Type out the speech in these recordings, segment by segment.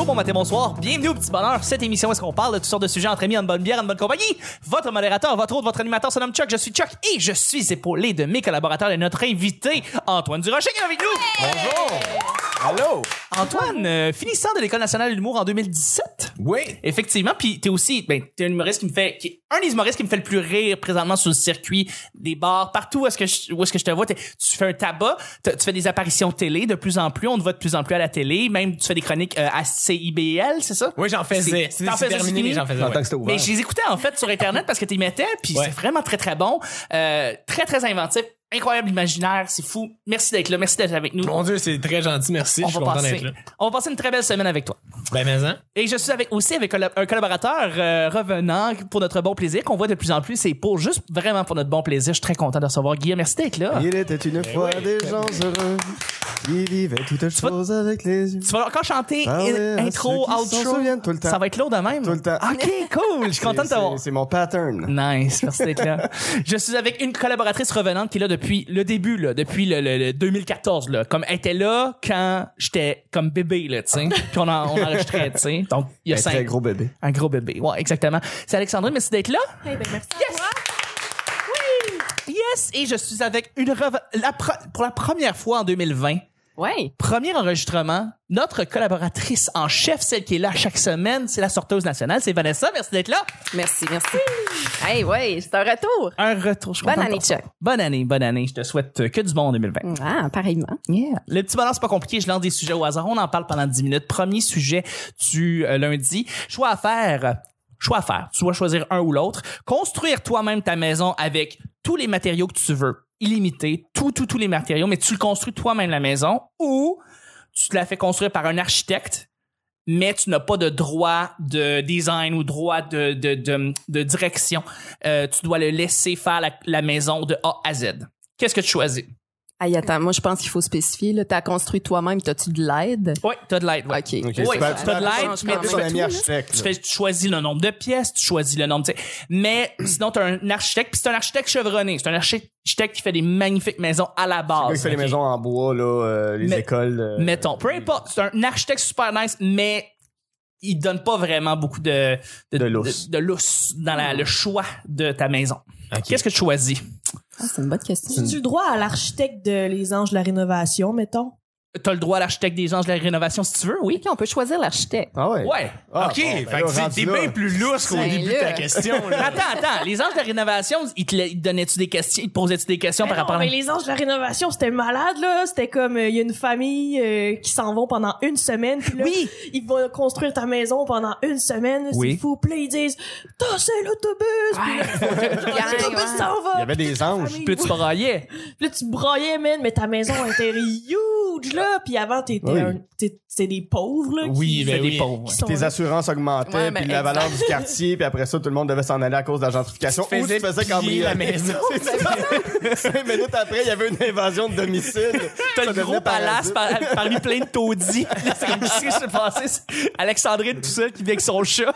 bonjour, bon matin, bonsoir. Bienvenue au Petit Bonheur. Cette émission où est-ce qu'on parle de toutes sortes de sujets entre amis, en bonne bière, en bonne compagnie. Votre modérateur, votre hôte, votre animateur se nomme Chuck. Je suis Chuck et je suis épaulé de mes collaborateurs et notre invité, Antoine Durocher, qui est avec nous. Bonjour. Allô. Antoine, finissant de l'École nationale de l'humour en 2017. Oui. Effectivement, puis t'es aussi, t'es un humoriste qui est un des humoristes qui me fait le plus rire présentement sur le circuit des bars, partout où est-ce que je te vois. Tu fais un tabac, tu fais des apparitions télé de plus en plus, on te voit de plus en plus à la télé, même tu fais des chroniques à CIBL, c'est ça? Oui, j'en faisais. C'est terminé, mais j'en faisais. Ouais. Mais je les écoutais en fait sur Internet parce que tu y mettais, puis c'est vraiment très très bon, très très inventif. Incroyable imaginaire, c'est fou. Merci d'être là, merci d'être avec nous. Mon Dieu, c'est très gentil, merci. Je suis content d'être là. On va passer une très belle semaine avec toi. Ben, mais hein. Et je suis aussi avec un collaborateur revenant pour notre bon plaisir, qu'on voit de plus en plus. C'est pour juste vraiment pour notre bon plaisir. Je suis très content de recevoir Guillaume. Merci d'être là. Il était une fois des gens heureux. Il vivait toutes choses avec les yeux. Tu vas encore chanter intro, outro. Tout le temps. Ça va être lourd de même. Tout le temps. OK, cool. Je suis content de t'avoir. C'est mon pattern. Nice. Merci d'être là. Je suis avec une collaboratrice revenante qui est là depuis le début, là, depuis le 2014, là. Comme elle était là quand j'étais comme bébé, là, tu sais. Puis on enregistrait, tu sais. Donc, il y a Un très gros bébé. Un gros bébé. Ouais, exactement. C'est Alexandrine, merci d'être là. Hey, ben merci. Yes. Oui. Yes. Et je suis avec pour la première fois en 2020. Ouais. Premier enregistrement, notre collaboratrice en chef, celle qui est là chaque semaine, c'est la sorteuse nationale, c'est Vanessa. Merci d'être là. Merci. Hey, ouais, c'est un retour. Un retour. Bonne année, Chuck. Bonne année. Je te souhaite que du bon en 2020. Ah, pareillement. Yeah. Le petit bonheur, c'est pas compliqué. Je lance des sujets au hasard. On en parle pendant 10 minutes. Premier sujet du lundi. Choix à faire. Tu dois choisir un ou l'autre. Construire toi-même ta maison avec tous les matériaux que tu veux. Illimité, tous les matériaux, mais tu le construis toi-même la maison, ou tu te la fais construire par un architecte, mais tu n'as pas de droit de design ou droit de direction. Tu dois le laisser faire la maison de A à Z. Qu'est-ce que tu choisis? Hey, attends, moi, je pense qu'il faut spécifier, là. T'as construit toi-même, t'as-tu de l'aide? Oui, t'as de l'aide. Ouais. OK. Oui, t'as de l'aide, mais tu choisis le nombre de pièces, tu choisis le nombre, tu sais. Mais sinon, t'as un architecte, puis c'est un architecte chevronné. C'est un architecte qui fait des magnifiques maisons à la base. C'est qui fait les maisons en bois, là, les écoles. Mettons, peu importe, c'est un architecte super nice, mais il donne pas vraiment beaucoup de lousse dans le choix de ta maison. Okay. Qu'est-ce que tu choisis? Ah, c'est une bonne question. Tu as le droit à l'architecte de Les Anges de la Rénovation, mettons? T'as le droit à l'architecte des Anges de la Rénovation si tu veux, oui. OK, on peut choisir l'architecte. Ah ouais? Ouais. OK, fait que t'es bien plus lousse qu'au début de ta question. Là. Attends. Les Anges de la Rénovation, ils te donnaient-tu des questions? Ils te posaient-tu des questions par rapport à... Mais Les Anges de la Rénovation, c'était malade, là. C'était comme, il y a une famille qui s'en vont pendant une semaine. Puis là, ils vont construire ta maison pendant une semaine. C'est fou. Puis là, ils disent, tassez l'autobus! Puis là, l'autobus s'en va. Il y avait des anges. Puis tu braillais. Puis là, tu braillais, man, mais ta maison était huge, là. Puis avant, c'est des pauvres, là. Oui, ben des pauvres. Tes assurances augmentaient, puis la valeur du quartier, puis après ça, tout le monde devait s'en aller à cause de la gentrification. Ou tu faisais cambrioler la maison. 5 minutes après, il y avait une invasion de domicile. T'as le gros palace parmi plein de taudis. C'est comme ce qui s'est passé. Alexandrine tout seul qui vit avec son chat.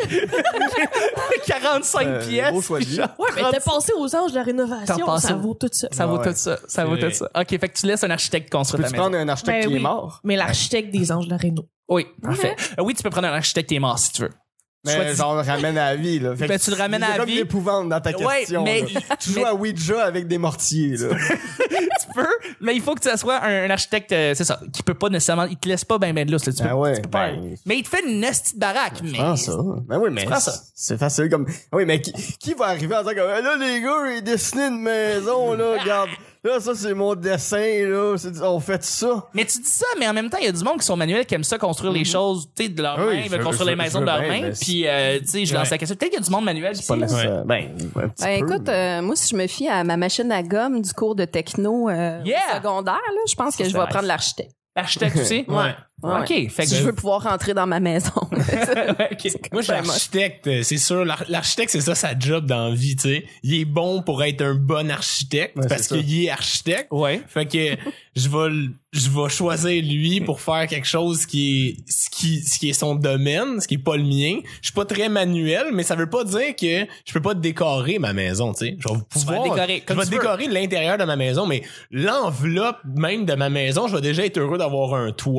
45 pièces. Beau choix de vie. Ouais, mais t'as pensé aux Anges de la Rénovation. Ça vaut tout ça. Ça vaut tout ça. OK, fait que tu laisses un architecte construire ta maison. Prendre un architecte qui est mort. Mais l'architecte des Anges de la Réno. Oui, parfait. Oui, tu peux prendre un architecte qui est mort si tu veux. Mais genre, le ramène à la vie, là. Ben, tu le ramènes à la vie. C'est comme l'épouvante dans ta question. Mais tu joues à Ouija avec des mortiers, là. Tu peux, mais il faut que ça soit un architecte, c'est ça, qui peut pas nécessairement, il te laisse pas ben de là, tu peux pas. Mais il te fait une petite baraque, mais. Ah, ça. Ben oui, mais c'est facile comme, oui, mais qui va arriver en disant comme, là, les gars, ils dessinaient une maison, là, regarde. Là, ça, c'est mon dessin, là. On fait ça. Mais tu dis ça, mais en même temps, il y a du monde qui sont manuels, qui aiment ça construire les choses, tu sais, de leurs mains, ils veulent construire les maisons de leurs mains. Puis, tu sais, je lance la question. Peut-être qu'il y a du monde manuel ici. Écoute, moi, si je me fie à ma machine à gomme du cours de techno secondaire, là, je pense que je vais prendre l'architecte. L'architecte aussi? Ouais. OK. Fait que si je veux pouvoir rentrer dans ma maison. Okay. Moi, je suis architecte. C'est sûr. L'architecte, c'est ça sa job dans la vie, tu sais. Il est bon pour être un bon architecte parce qu'il est architecte. Ouais. Fait que je vais choisir lui pour faire quelque chose qui est son domaine, ce qui est pas le mien. Je suis pas très manuel, mais ça veut pas dire que je peux pas décorer ma maison, tu sais. Je vais décorer l'intérieur de ma maison, mais l'enveloppe même de ma maison, je vais déjà être heureux d'avoir un toit.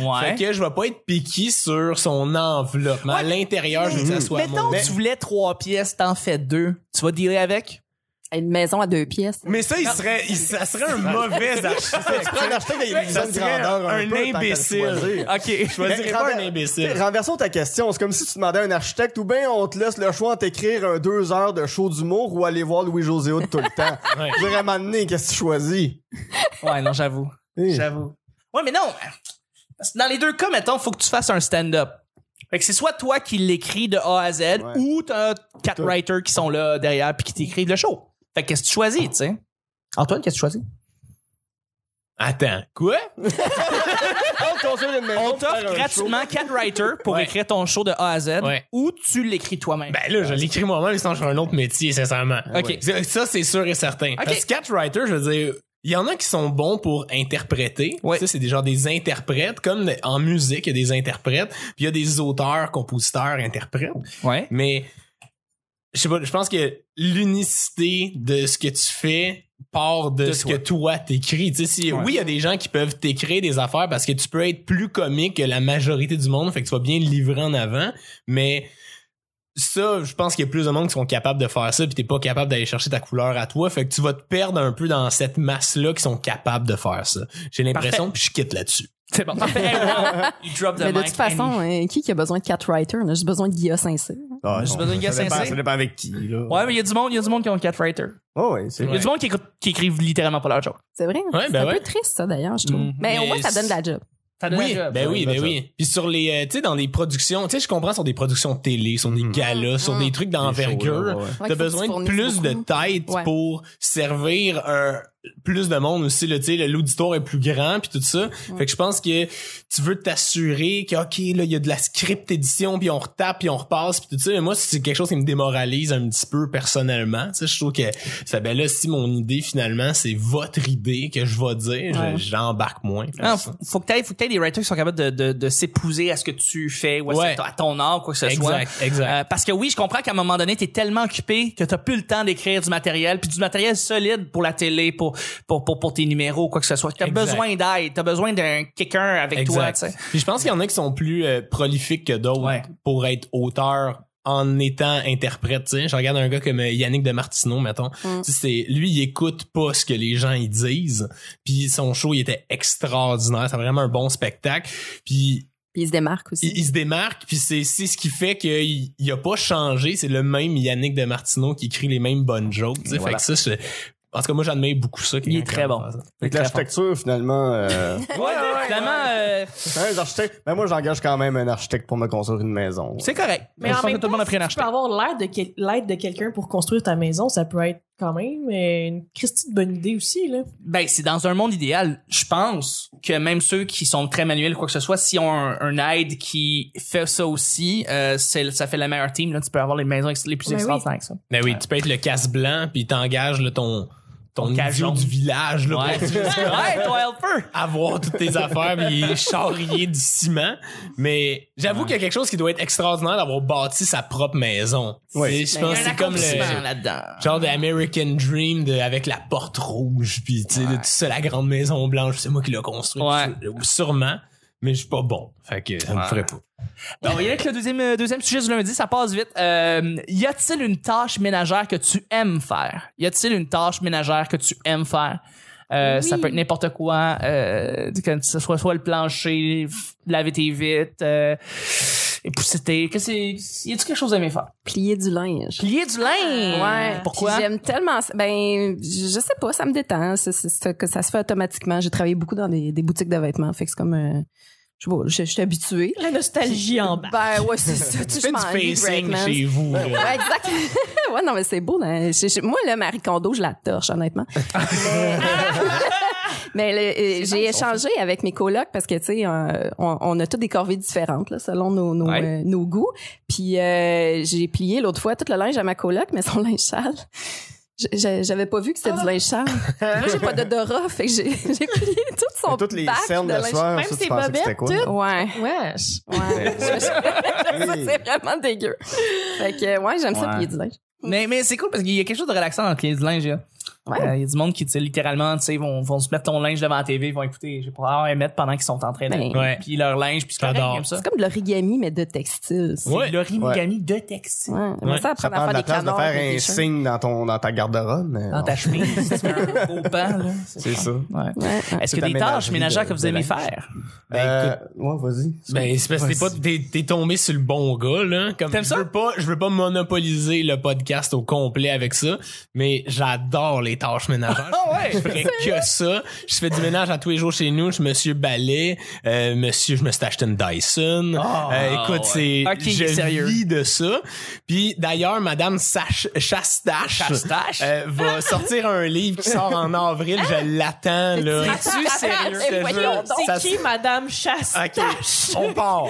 Ouais. Fait que je vais pas être piqué sur son enveloppe. Mais à l'intérieur, je veux que ça soit Mettons que tu voulais 3 pièces, t'en fais 2. Tu vas dealer avec? Une maison à 2 pièces. Mais ça, ça serait un mauvais achat. Ça serait un imbécile. OK. Je choisirais pas un imbécile. Renversons ta question. C'est comme si tu demandais à un architecte ou bien on te laisse le choix entre écrire un 2 heures de show d'humour ou aller voir Louis-José Hood tout le temps. Ouais. Je dirais m'amener, qu'est-ce que tu choisis? Ouais, non, j'avoue. J'avoue. Ouais, mais non. Parce que dans les deux cas, mettons, faut que tu fasses un stand-up. Fait que c'est soit toi qui l'écris de A à Z ou t'as 4 writers qui sont là derrière puis qui t'écrivent le show. Fait que qu'est-ce que tu choisis, tu sais? Antoine, qu'est-ce que tu choisis? Attends, quoi? On t'offre gratuitement 4 writers pour écrire ton show de A à Z ou tu l'écris toi-même. Ben là, je l'écris moi-même, sinon je fais un autre métier, sincèrement. OK. Ça, c'est sûr et certain. Parce que 4 writers, je veux dire, il y en a qui sont bons pour interpréter. Ouais. Ça, c'est des des interprètes. Comme en musique, il y a des interprètes. Puis il y a des auteurs, compositeurs, interprètes. Ouais. Mais je sais pas, je pense que l'unicité de ce que tu fais part de ce que toi t'écris. Tu sais, oui, il y a des gens qui peuvent t'écrire des affaires parce que tu peux être plus comique que la majorité du monde, fait que tu vas bien le livrer en avant, mais ça, je pense qu'il y a plus de monde qui sont capables de faire ça, puis t'es pas capable d'aller chercher ta couleur à toi, fait que tu vas te perdre un peu dans cette masse-là qui sont capables de faire ça. J'ai l'impression, puis je quitte là-dessus. C'est bon. Parfait. You drop the Mais de mic toute façon, qui a besoin de 4 writers? On a juste besoin de Guillaume Saint-Cyr. J'ai besoin de gars sincères. Ça dépend avec qui, là. Ouais, mais il y a du monde qui ont 4 writers. Oh, ouais, c'est Il y a du monde qui écrivent littéralement pas leur job. C'est vrai? Ouais, C'est un peu triste, ça, d'ailleurs, je trouve. Mais au moins, ça donne de la job. Oui, oui. Puis sur les, tu sais, dans les productions, tu sais, je comprends sur des productions de télé, sur des galas, sur des trucs d'envergure, t'as besoin de plus de tête pour servir plus de monde aussi, là, tu sais, l'auditoire est plus grand puis tout ça. Fait que je pense que tu veux t'assurer que, OK, là, il y a de la script édition puis on retape puis on repasse puis tout ça. Mais moi, c'est quelque chose qui me démoralise un petit peu personnellement. Tu sais, je trouve que ça, ben là, si mon idée finalement, c'est votre idée que je vais dire, j'embarque moins. Non, faut que t'aies des writers qui sont capables de s'épouser à ce que tu fais ou à ton art, quoi que ce soit. Exact. Parce que oui, je comprends qu'à un moment donné, t'es tellement occupé que t'as plus le temps d'écrire du matériel puis du matériel solide pour la télé, pour tes numéros, quoi que ce soit. T'as besoin d'aide, t'as besoin d'un quelqu'un avec toi, tu sais. Puis je pense qu'il y en a qui sont plus prolifiques que d'autres pour être auteur en étant interprète, tu sais. Je regarde un gars comme Yannick de Martineau, mettons. Tu sais, lui, il écoute pas ce que les gens ils disent. Puis son show, il était extraordinaire. C'est vraiment un bon spectacle. Puis il se démarque aussi. Il se démarque, puis c'est ce qui fait qu'il a pas changé. C'est le même Yannick de Martineau qui écrit les mêmes bonnes jokes. Tu sais. Fait que ça, en tout cas, moi, j'admire beaucoup ça. Il est très bon. Fait que l'architecture, finalement... finalement... les architectes... Ben moi, j'engage quand même un architecte pour me construire une maison. C'est correct. Mais en même temps, si tu peux avoir l'aide de quelqu'un pour construire ta maison, ça peut être quand même une Christie de bonne idée aussi, là. Ben, c'est dans un monde idéal. Je pense que même ceux qui sont très manuels ou quoi que ce soit, s'ils ont un aide qui fait ça aussi, ça fait la meilleure team, là. Tu peux avoir les maisons les plus extraordinaires avec ça. Ben oui, tu peux être le casse-blanc, puis t'engages là, ton idiot du village là, pour ton helper, avoir toutes tes affaires puis charrier du ciment. Mais j'avoue qu'il y a quelque chose qui doit être extraordinaire d'avoir bâti sa propre maison. Je pense que c'est comme le genre de American Dream avec la porte rouge puis tu sais tout ça, la grande maison blanche, c'est moi qui l'ai construit. Sûrement, mais je suis pas bon. Fait que ça me ferait pas. Bon, on va y aller avec le deuxième sujet du lundi, ça passe vite. Y a-t-il une tâche ménagère que tu aimes faire? Y a-t-il une tâche ménagère que tu aimes faire? Ça peut être n'importe quoi, que ce soit le plancher, laver tes vitres, épousser y a-t-il quelque chose à aimer faire? Plier du linge. Plier du linge? Ouais. Pourquoi? J'aime tellement ça. Ben, je sais pas, ça me détend. C'est que ça se fait automatiquement. J'ai travaillé beaucoup dans des boutiques de vêtements, fait que c'est comme... je suis habituée. La nostalgie en bas. Ben ouais, c'est ça. Tu fais du facing chez vous. Ouais, exact. Ouais, non, mais c'est beau. Moi, là, Marie Kondo, je la torche, honnêtement. Mais j'ai échangé avec mes colocs parce que, tu sais, on a toutes des corvées différentes là, selon nos goûts. Puis j'ai plié l'autre fois tout le linge à ma coloc, mais son linge sale. J'avais pas vu que c'était du linge sale. Moi, j'ai pas d'odorat, fait que j'ai plié tout son toutes les bac scènes de soir, même ça, ses tu pensais que c'était bobettes, quoi? Ouais. Wesh. Ouais. Ça, c'est vraiment dégueu. Fait que, ouais, j'aime ça plier du linge. Mais c'est cool parce qu'il y a quelque chose de relaxant dans le plier du linge, là. Il y a du monde qui, littéralement, vont se mettre ton linge devant la TV, ils vont écouter, je sais pas, émettre pendant qu'ils sont en train de puis leur linge, puis j'adore ça. C'est comme de l'origami, mais de textile. C'est l'origami de textile. Ça prend de la place de faire un signe dans ta garde-robe. Dans ta chemise, c'est un beau pan, là. C'est ça. Est-ce que des tâches ménagères que vous aimez faire? Vas-y. Ben, c'est parce que t'es tombé sur le bon gars, là. Comme, t'aimes ça? Je veux pas monopoliser le podcast au complet avec ça, mais j'adore les tâches ménagères. Je ferais que ça. Je fais du ménage à tous les jours chez nous. Je suis monsieur balai. Je me suis acheté une Dyson. Écoute, je vis de ça. Puis d'ailleurs, madame Chastache va sortir un livre qui sort en avril. Je l'attends, là. Es-tu sérieux? C'est qui madame Chastache? OK, on part.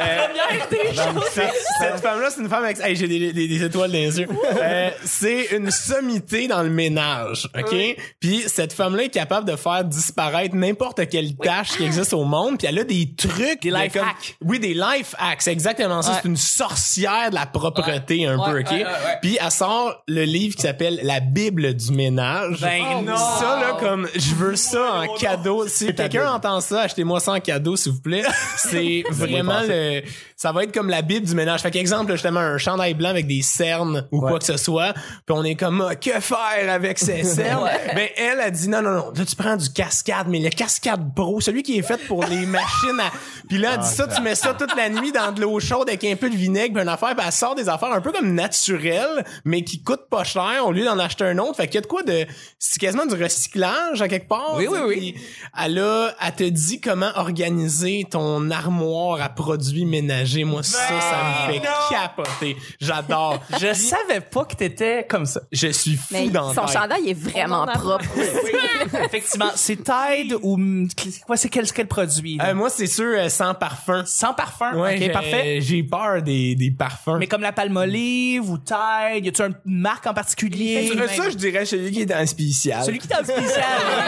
Cette femme-là, c'est une femme avec... Hey, j'ai des étoiles dans les yeux. C'est une sommité dans le ménage, OK? Puis cette femme-là est capable de faire disparaître n'importe quelle tâche qui existe au monde, puis elle a des trucs... Des life hacks. Oui, des life hacks, c'est exactement ça. C'est une sorcière de la propreté un peu, OK? Puis elle sort le livre qui s'appelle La Bible du ménage. Non! Ça, là, comme, je veux ça en cadeau. Si quelqu'un entend ça, achetez-moi ça en cadeau, s'il vous plaît. C'est vraiment ça va être comme la Bible du ménage. Fait qu'exemple, justement, un chandail blanc avec des cernes ou quoi que ce soit. Puis on est comme, que faire avec ces cernes? Ben, elle a dit, non. Là, tu prends du Cascade, mais le Cascade Pro, celui qui est fait pour les machines à... Puis là, elle dit ça, tu mets ça toute la nuit dans de l'eau chaude avec un peu de vinaigre, puis une affaire, puis elle sort des affaires un peu comme naturelles, mais qui coûtent pas cher au lieu d'en acheter un autre. Fait qu'il y a de quoi de... C'est quasiment du recyclage à quelque part. Oui. Elle te dit comment organiser ton armoire à produits ménagers. Moi, ça me fait capoter. J'adore. Je savais pas que t'étais comme ça. Je suis fou dans son chandail est vraiment propre. Effectivement. C'est Tide ou c'est quel produit? Moi, c'est sûr sans parfum. Sans parfum? Ouais, OK, parfait. J'ai peur des parfums. Mais comme la Palmolive ou Tide, y a-tu une marque en particulier? Ça, je dirais celui qui est dans le spécial. Celui qui est dans le spécial.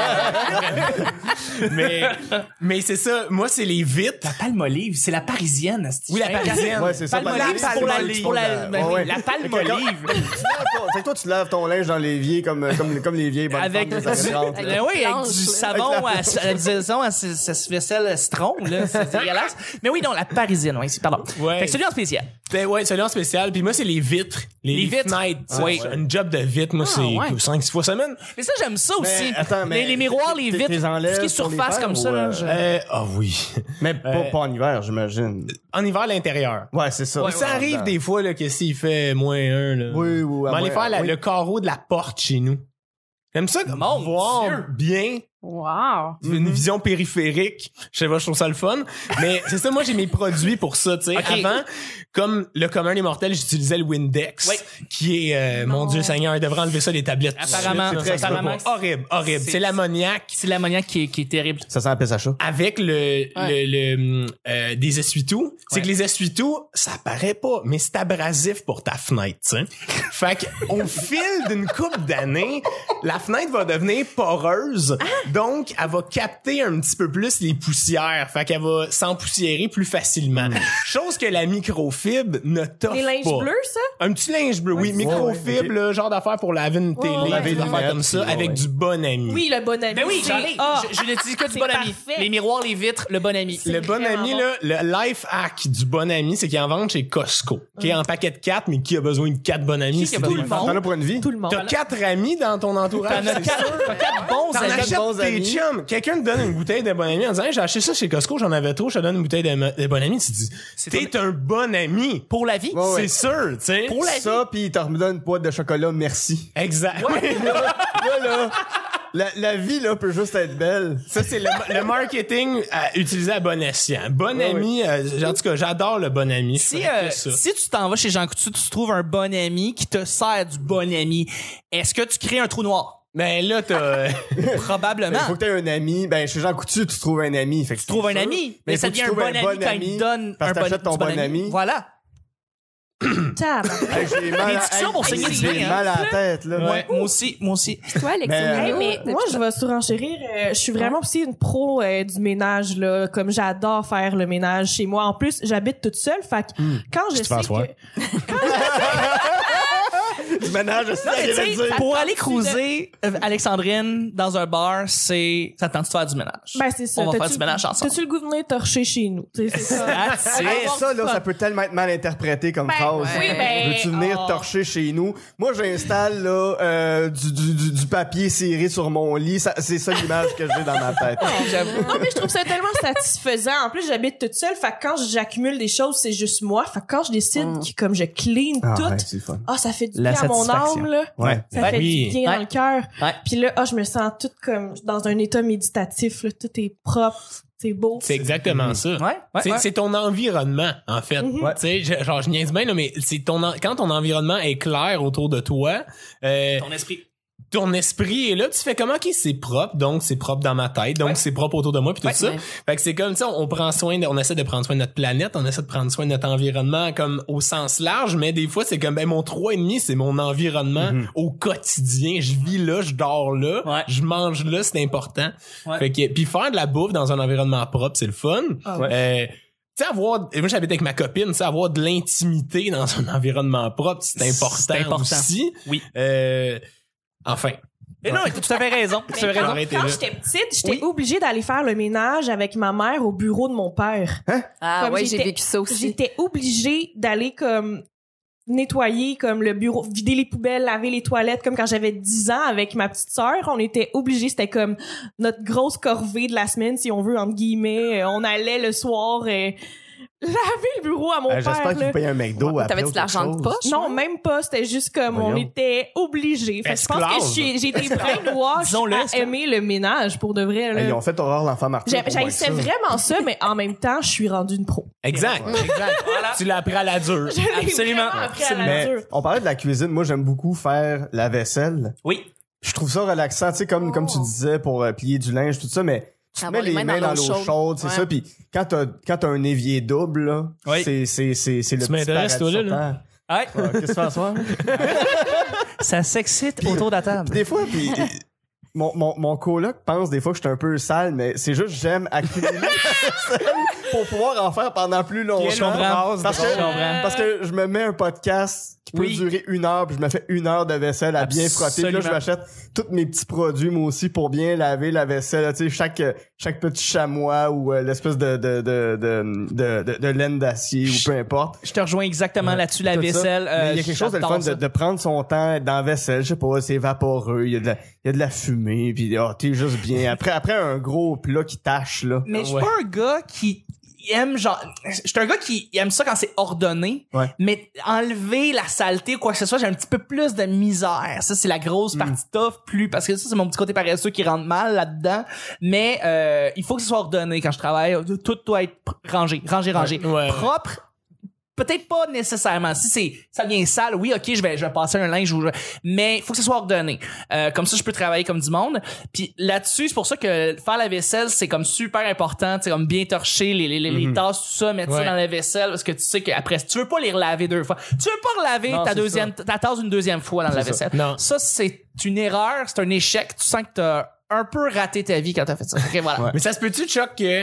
mais c'est ça. Moi, c'est les vitres. La Palmolive, c'est la parisienne. Oui, la parisienne. Ouais, c'est ça. Palmolive, c'est pour la Palmolive. C'est que toi, tu laves ton linge dans l'évier comme l'évier. Avec du savon à vaisselle citron, là. C'est dégueulasse. Mais oui, non, la parisienne, oui. Pardon. Ouais. Fait que celui en spécial. Ben ouais, celui en spécial. Puis moi, c'est les vitres. Les fenêtres. Oui. Un job de vitre, moi, c'est 5-6 fois semaine. Mais ça, j'aime ça aussi. Attends, mais les miroirs, les vitres, ce qui est surface comme ça, là. Oui. Mais pas en hiver, j'imagine. En hiver, à l'intérieur. Ouais, c'est ça. Ça arrive des fois là, que s'il fait -1, là. Oui. On va aller faire le carreau de la porte chez nous. J'aime ça comme voir bien. Wow. Une vision périphérique. Je sais pas, je trouve ça le fun. Mais c'est ça, moi, j'ai mes produits pour ça, tu sais. Okay. Avant, comme le commun des mortels, j'utilisais le Windex, qui est, mon Dieu Seigneur, il devrait enlever ça des tablettes. Apparemment. Horrible. C'est l'ammoniaque. C'est l'ammoniaque qui est terrible. Ça sent la pisse à chat. Avec des essuie-tout. C'est que les essuie-tout, ça paraît pas, mais c'est abrasif pour ta fenêtre, tu sais. Fait qu'au fil d'une couple d'années, la fenêtre va devenir poreuse. Donc, elle va capter un petit peu plus les poussières. Fait qu'elle va s'empoussiérer plus facilement. Chose que la microfibre ne t'offre pas. Les linges bleus, ça? Un petit linge bleu, oui. Microfibre, là, genre d'affaire pour laver une télé, des affaires comme ça, avec du Bon Ami. Oui, le Bon Ami. Ben oui, j'en ai. Je n'utilise que du Bon Ami. Les miroirs, les vitres, le Bon Ami. Le Bon Ami, là, le life hack du Bon Ami, c'est qu'il en vend chez Costco. Qui est en paquet de 4, mais qui a besoin de 4 Bon Amis? Qui a besoin de T'en as pour une vie? Tout le monde. T'as 4 amis dans ton entourage. T'en as 4 bons T'en amis. achètes tes chums. Quelqu'un te donne une bouteille de Bon Ami en disant, hey, j'ai acheté ça chez Costco, j'en avais trop, je te donne une bouteille de Bon Ami. Tu te dis, t'es un bon ami. Pour la vie. C'est sûr, tu sais. Pour la vie. Ça, pis il te redonne une boîte de chocolat, merci. Exact. La vie, là, peut juste être belle. Ça, c'est le marketing utilisé à bon escient. Bon Ami, en tout cas, j'adore le Bon Ami. Si tu t'en vas chez Jean Coutu, tu trouves un Bon Ami qui te sert du Bon Ami, est-ce que tu crées un trou noir? Ben là, t'as... Probablement. Il faut que t'aies un ami. Ben, chez Jean Coutu, tu trouves un ami. Fait que Tu trouves un ami. Mais ça devient un bon ami quand il te donne parce que t'achètes ton bon ami. Voilà. J'ai mal Les discussions vont saigner les J'ai mains, mal à la tête, là. Ouais, moi aussi. Toi, Alexis, Mais moi, je vais surenchérir. Je suis vraiment aussi une pro du ménage, là. Comme j'adore faire le ménage chez moi. En plus, j'habite toute seule. Fait que quand je sais que... Du ménage, c'est ça Mais qu'il tu allait sais, dire. pour aller cruiser Alexandrine dans un bar, ça tente de faire du ménage. Ben, c'est ça. On va faire T'as-tu- du ménage ensemble. T'as-tu le goût de venir torcher chez nous? Tu sais, c'est ça. That's it. Hey, ça, là, ça peut tellement être mal interprété comme Ben, phrase. oui, ben, Veux-tu venir oh. torcher chez nous? Moi, j'installe, là, du papier serré sur mon lit. C'est ça l'image que j'ai dans ma tête. Non, mais je trouve ça tellement satisfaisant. En plus, j'habite toute seule. Fait que quand j'accumule des choses, c'est juste moi. Fait que quand je décide que comme je clean Ah, tout, ouais, c'est le fun. ça fait du La bien à mon satisfaction. âme, là. Ouais. Ça fait Oui. du bien Ouais. dans le cœur. Ouais. Puis là, je me sens toute comme dans un état méditatif, là. Tout est propre, c'est beau. C'est exactement ça. Ouais, C'est ton environnement, en fait. Tu sais, je niaise bien, là, mais c'est quand ton environnement est clair autour de toi, Ton esprit. ton esprit est là, tu fais comme, ok, c'est propre, donc c'est propre dans ma tête, donc c'est propre autour de moi, puis tout ça. Ouais. Fait que c'est comme ça, on prend soin, on essaie de prendre soin de notre planète, on essaie de prendre soin de notre environnement comme au sens large, mais des fois c'est comme, mon 3,5, c'est mon environnement au quotidien. Je vis là, je dors là, Ouais. je mange là, c'est important. Ouais. Fait que, puis faire de la bouffe dans un environnement propre, c'est le fun. ouais. Tu sais, moi j'habite avec ma copine, tu sais, avoir de l'intimité dans un environnement propre, c'est important aussi. Oui. Enfin. Et non, écoute, tu avais raison. Tu avais raison. Arrêtez Quand là. j'étais petite, j'étais obligée d'aller faire le ménage avec ma mère au bureau de mon père. Ah Comme ouais, j'ai j'étais- vécu ça aussi. J'étais obligée d'aller comme nettoyer comme le bureau, vider les poubelles, laver les toilettes, comme quand j'avais 10 ans avec ma petite sœur. On était obligés, c'était comme notre grosse corvée de la semaine, si on veut, entre guillemets. On allait le soir laver le bureau à mon père. J'espère qu'il là. vous paye un McDo après. T'avais-tu ou de l'argent de quelque chose. poche? Non, même pas. C'était juste comme on Voyons. était obligés. Fait que je pense que Esclave. j'ai été brainwash Disons-le, à esclave. aimer le ménage, pour de vrai. là. Hey, ils ont fait horreur l'enfant Martin. J'haïssais vraiment ça, mais en même temps, je suis rendue une pro. Exact. Exact. Voilà. Tu l'as appris à la dure. Je l'ai Absolument. vraiment appris à la Mais dure. on parlait de la cuisine. Moi, j'aime beaucoup faire la vaisselle. Oui. Je trouve ça relaxant, tu sais, comme tu disais, pour plier du linge, tout ça, mais tu te Avoir mets les mains dans l'eau chaude, c'est Ouais. ça, puis quand t'as un évier double, là, Oui. c'est le Tu petit m'intéresses, paradis toi, là, sur terre. Ouais. Ouais, qu'est-ce que tu fais à soir? Ça s'excite autour de la table. Des fois, puis mon coloc pense des fois que je suis un peu sale, mais c'est juste que j'aime accumuler la vaisselle pour pouvoir en faire pendant plus longtemps. Je comprends. Parce Je comprends. parce que je me mets un podcast qui peut Oui. durer 1 heure, puis je me fais 1 heure de vaisselle à bien frotter. Puis là, je Absolument. m'achète tous mes petits produits, moi aussi, pour bien laver la vaisselle. Tu sais, chaque petit chamois ou l'espèce de laine d'acier ou peu importe. Je te rejoins exactement là-dessus, la Tout ça. vaisselle. Mais il y a quelque chose de le fun j'adore ça. de prendre son temps dans la vaisselle. Je sais pas, c'est vaporeux, il y a de la fumée, puis t'es juste bien. Après un gros plat qui tâche, là. Mais je suis Ouais. pas un gars qui aime genre je suis un gars qui aime ça quand c'est ordonné, Ouais. mais enlever la saleté ou quoi que ce soit, j'ai un petit peu plus de misère. Ça c'est la grosse partie tough, plus parce que ça c'est mon petit côté paresseux qui rentre mal là-dedans, mais il faut que ce soit ordonné quand je travaille, tout doit être rangé. Ouais. Propre. Peut-être pas nécessairement. Si ça devient sale, oui, ok, je vais passer un linge, mais il faut que ce soit ordonné. Comme ça, je peux travailler comme du monde. Puis là-dessus, c'est pour ça que faire la vaisselle, c'est comme super important. Tu sais, comme bien torcher les tasses, tout ça, mettre ça Ouais. dans la vaisselle, parce que tu sais qu'après, tu veux pas les relaver 2 fois. Tu veux pas relaver Non, ta tasse une deuxième fois dans la C'est ça. vaisselle. Non. Ça, c'est une erreur, c'est un échec. Tu sens que t'as un peu raté ta vie quand t'as fait ça. Ok, voilà. Ouais. Mais ça se peut-tu, Chuck, que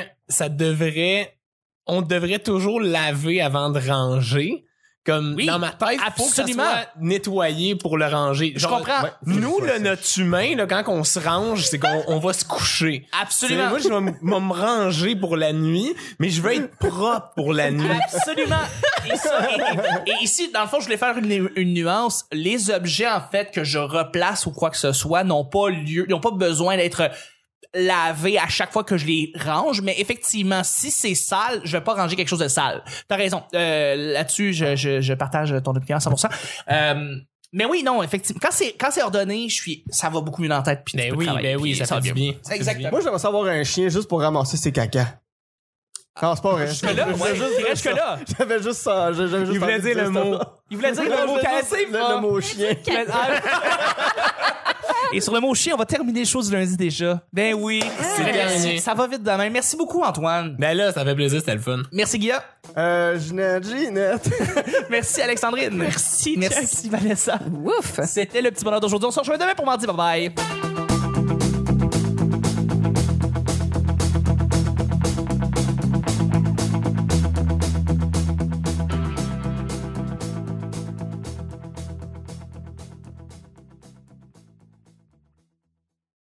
on devrait toujours laver avant de ranger? Comme, Oui, dans ma tête, faut que ça absolument. soit nettoyé pour le ranger. Je comprends. Nous, Ouais, notre humain, là, quand on se range, c'est qu'on va se coucher. Absolument. Moi, je vais me ranger pour la nuit, mais je veux être propre pour la nuit. Absolument. Et ici, dans le fond, je voulais faire une nuance. Les objets, en fait, que je replace ou quoi que ce soit, n'ont pas besoin d'être lavés à chaque fois que je les range. Mais effectivement, si c'est sale, je vais pas ranger quelque chose de sale. T'as raison. Là-dessus, je partage ton opinion à 100%. Mais oui, non, effectivement. Quand c'est ordonné, ça va beaucoup mieux dans la tête. Puis tu peux travailler, puis ça va fait du bien. Exactement. Moi, j'aimerais savoir un chien juste pour ramasser ses cacas. Non, c'est pas vrai. Jusque-là, jusque-là. J'avais juste ça. Il voulait dire le mot. Il voulait dire Non, le mot je voulais cassé. juste le mot chien. Et sur le mot chien, on va terminer les choses du lundi déjà. Ben oui, C'est terminé. ça va vite demain. Merci beaucoup, Antoine. Ben là, ça fait plaisir, c'était le fun. Merci, Guillaume. Ginette. Merci, Alexandrine. Merci, Vanessa. Ouf! C'était le petit bonheur d'aujourd'hui. On se rejoint demain pour mardi. Bye bye.